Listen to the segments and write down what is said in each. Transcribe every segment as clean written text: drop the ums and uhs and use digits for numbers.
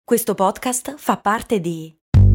Questo podcast fa parte di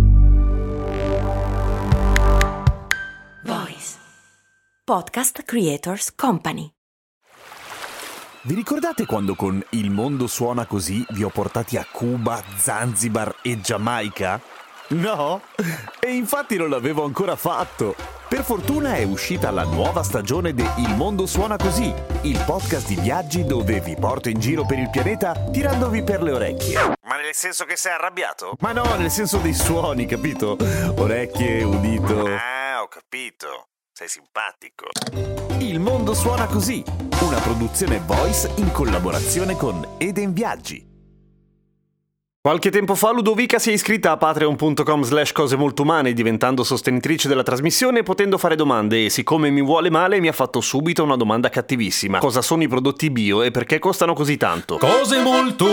Voice Podcast Creators Company. Vi ricordate quando con Il mondo suona così vi ho portati a Cuba, Zanzibar e Giamaica? No? E infatti non l'avevo ancora fatto. Per fortuna è uscita la nuova stagione di Il mondo suona così, il podcast di viaggi dove vi porto in giro per il pianeta tirandovi per le orecchie. Ma nel senso che sei arrabbiato? Ma no, nel senso dei suoni, capito? Orecchie, udito. Ah, ho capito. Sei simpatico. Il mondo suona così, una produzione Voice in collaborazione con Eden Viaggi. Qualche tempo fa Ludovica si è iscritta a patreon.com/cosemoltoumane diventando sostenitrice della trasmissione e potendo fare domande, e siccome mi vuole male mi ha fatto subito una domanda cattivissima: cosa sono i prodotti bio e perché costano così tanto? Cose molto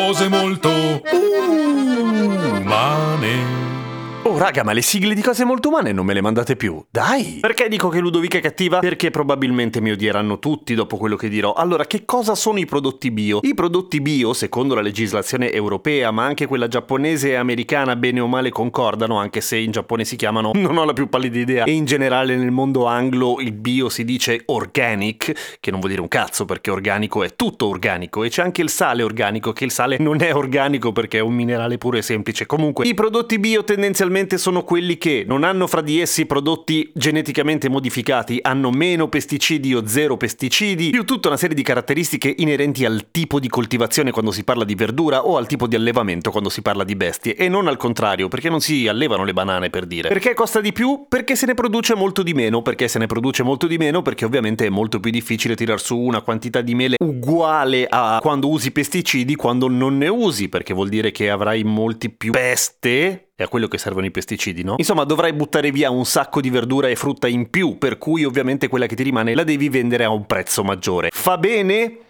umane. Oh raga, ma le sigle di Cose Molto Umane non me le mandate più? Dai! Perché dico che Ludovica è cattiva? Perché probabilmente mi odieranno tutti dopo quello che dirò. Allora, che cosa sono i prodotti bio? I prodotti bio, secondo la legislazione europea, ma anche quella giapponese e americana, bene o male concordano, anche se in Giappone si chiamano, non ho la più pallida idea, e in generale nel mondo anglo il bio si dice organic, che non vuol dire un cazzo perché organico è tutto organico, e c'è anche il sale organico, che il sale non è organico perché è un minerale puro e semplice. Comunque, i prodotti bio tendenzialmente sono quelli che non hanno fra di essi prodotti geneticamente modificati, hanno meno pesticidi o zero pesticidi, più tutta una serie di caratteristiche inerenti al tipo di coltivazione quando si parla di verdura o al tipo di allevamento quando si parla di bestie, e non al contrario, perché non si allevano le banane, per dire. Perché costa di più? Perché se ne produce molto di meno. Perché se ne produce molto di meno? Perché ovviamente è molto più difficile tirar su una quantità di mele uguale a quando usi pesticidi quando non ne usi, perché vuol dire che avrai molti più peste. È a quello che servono i pesticidi, no? Insomma, dovrai buttare via un sacco di verdura e frutta in più, per cui ovviamente quella che ti rimane la devi vendere a un prezzo maggiore. Fa bene?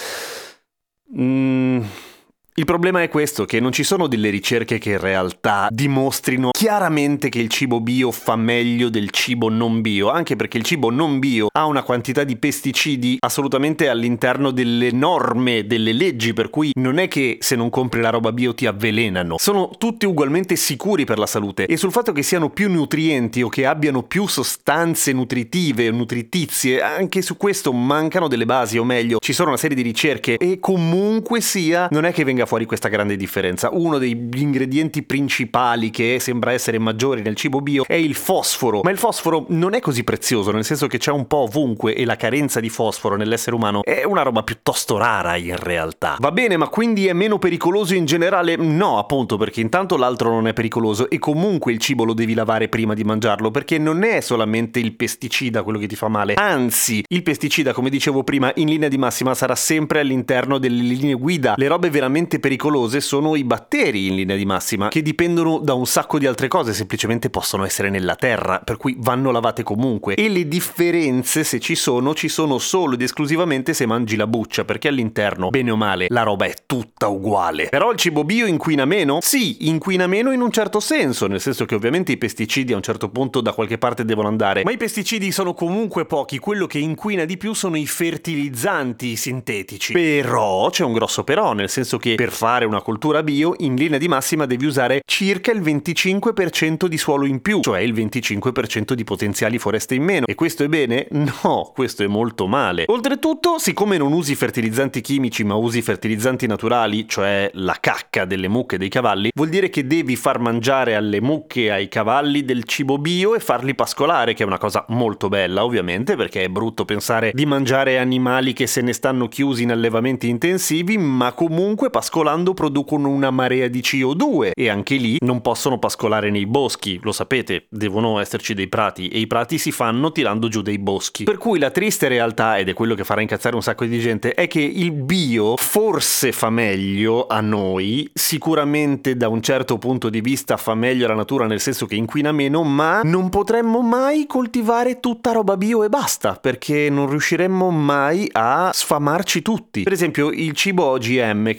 Il problema è questo, che non ci sono delle ricerche che in realtà dimostrino chiaramente che il cibo bio fa meglio del cibo non bio, anche perché il cibo non bio ha una quantità di pesticidi assolutamente all'interno delle norme, delle leggi, per cui non è che se non compri la roba bio ti avvelenano. Sono tutti ugualmente sicuri per la salute, e sul fatto che siano più nutrienti o che abbiano più sostanze nutritive o nutritizie, anche su questo mancano delle basi, o meglio, ci sono una serie di ricerche, e comunque sia, non è che venga fuori questa grande differenza. Uno degli ingredienti principali che sembra essere maggiore nel cibo bio è il fosforo, ma il fosforo non è così prezioso, nel senso che c'è un po' ovunque, e la carenza di fosforo nell'essere umano è una roba piuttosto rara in realtà. Va bene, ma quindi è meno pericoloso in generale? No, appunto, perché intanto l'altro non è pericoloso, e comunque il cibo lo devi lavare prima di mangiarlo, perché non è solamente il pesticida quello che ti fa male, anzi, il pesticida, come dicevo prima, in linea di massima sarà sempre all'interno delle linee guida. Le robe veramente pericolose sono i batteri, in linea di massima, che dipendono da un sacco di altre cose, semplicemente possono essere nella terra, per cui vanno lavate comunque, e le differenze, se ci sono solo ed esclusivamente se mangi la buccia, perché all'interno, bene o male, la roba è tutta uguale. Però il cibo bio inquina meno? Sì, inquina meno in un certo senso, nel senso che ovviamente i pesticidi a un certo punto da qualche parte devono andare, ma i pesticidi sono comunque pochi. Quello che inquina di più sono i fertilizzanti sintetici. Però c'è un grosso però, nel senso che per fare una coltura bio, in linea di massima devi usare circa il 25% di suolo in più, cioè il 25% di potenziali foreste in meno. E questo è bene? No, questo è molto male. Oltretutto, siccome non usi fertilizzanti chimici ma usi fertilizzanti naturali, cioè la cacca delle mucche e dei cavalli, vuol dire che devi far mangiare alle mucche e ai cavalli del cibo bio e farli pascolare, che è una cosa molto bella, ovviamente, perché è brutto pensare di mangiare animali che se ne stanno chiusi in allevamenti intensivi, ma comunque pascolando producono una marea di CO2, e anche lì non possono pascolare nei boschi, lo sapete, devono esserci dei prati, e i prati si fanno tirando giù dei boschi. Per cui la triste realtà, ed è quello che farà incazzare un sacco di gente, è che il bio forse fa meglio a noi, sicuramente da un certo punto di vista fa meglio alla natura, nel senso che inquina meno, ma non potremmo mai coltivare tutta roba bio e basta, perché non riusciremmo mai a sfamarci tutti. Per esempio il cibo OGM, che di solito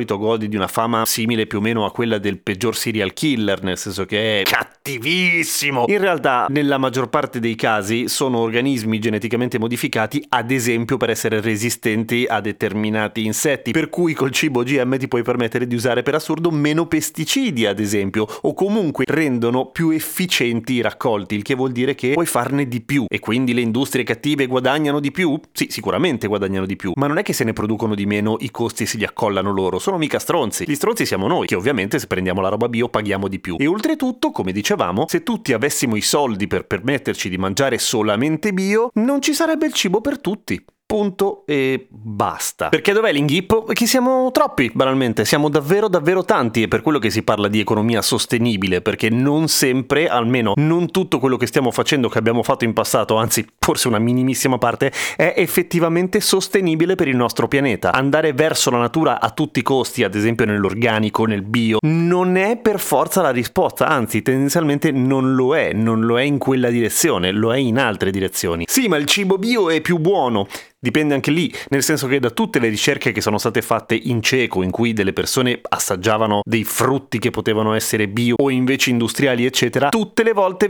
solito gode di una fama simile più o meno a quella del peggior serial killer, nel senso che è cattivissimo. In realtà, nella maggior parte dei casi, sono organismi geneticamente modificati, ad esempio per essere resistenti a determinati insetti, per cui col cibo OGM ti puoi permettere di usare per assurdo meno pesticidi, ad esempio, o comunque rendono più efficienti i raccolti, il che vuol dire che puoi farne di più e quindi le industrie cattive guadagnano di più? Sì, sicuramente guadagnano di più, ma non è che se ne producono di meno i costi si li accollano loro, sono mica stronzi. Gli stronzi siamo noi, che ovviamente se prendiamo la roba bio paghiamo di più. E oltretutto, come dicevamo, se tutti avessimo i soldi per permetterci di mangiare solamente bio, non ci sarebbe il cibo per tutti. Punto e basta. Perché dov'è l'inghippo? Che siamo troppi, banalmente, siamo davvero tanti, e per quello che si parla di economia sostenibile, perché non sempre, almeno non tutto quello che stiamo facendo, che abbiamo fatto in passato, anzi forse una minimissima parte, è effettivamente sostenibile per il nostro pianeta. Andare verso la natura a tutti i costi, ad esempio nell'organico, nel bio, non è per forza la risposta, anzi tendenzialmente non lo è in quella direzione, lo è in altre direzioni. Sì, ma il cibo bio è più buono. Dipende anche lì, nel senso che da tutte le ricerche che sono state fatte in cieco, in cui delle persone assaggiavano dei frutti che potevano essere bio o invece industriali, eccetera, tutte le volte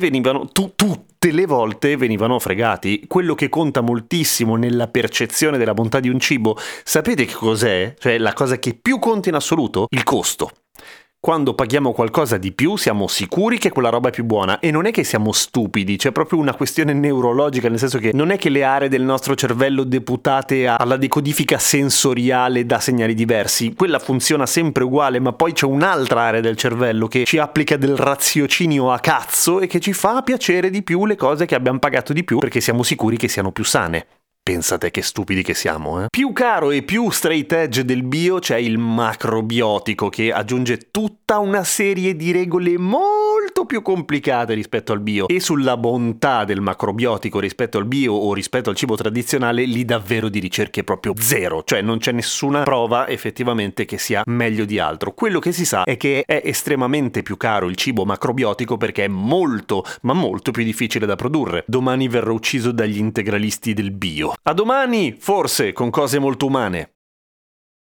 venivano fregati. Quello che conta moltissimo nella percezione della bontà di un cibo, sapete che cos'è? Cioè la cosa che più conta in assoluto? Il costo. Quando paghiamo qualcosa di più siamo sicuri che quella roba è più buona, e non è che siamo stupidi, c'è proprio una questione neurologica, nel senso che non è che le aree del nostro cervello deputate alla decodifica sensoriale dà segnali diversi, quella funziona sempre uguale, ma poi c'è un'altra area del cervello che ci applica del raziocinio a cazzo e che ci fa piacere di più le cose che abbiamo pagato di più perché siamo sicuri che siano più sane. Pensate che stupidi che siamo, eh? Più caro e più straight edge del bio c'è il macrobiotico, che aggiunge tutta una serie di regole molto più complicate rispetto al bio, e sulla bontà del macrobiotico rispetto al bio o rispetto al cibo tradizionale lì davvero di ricerche proprio zero, cioè non c'è nessuna prova effettivamente che sia meglio di altro. Quello che si sa è che è estremamente più caro il cibo macrobiotico perché è molto, ma molto più difficile da produrre. Domani verrò ucciso dagli integralisti del bio. A domani, forse, con cose molto umane.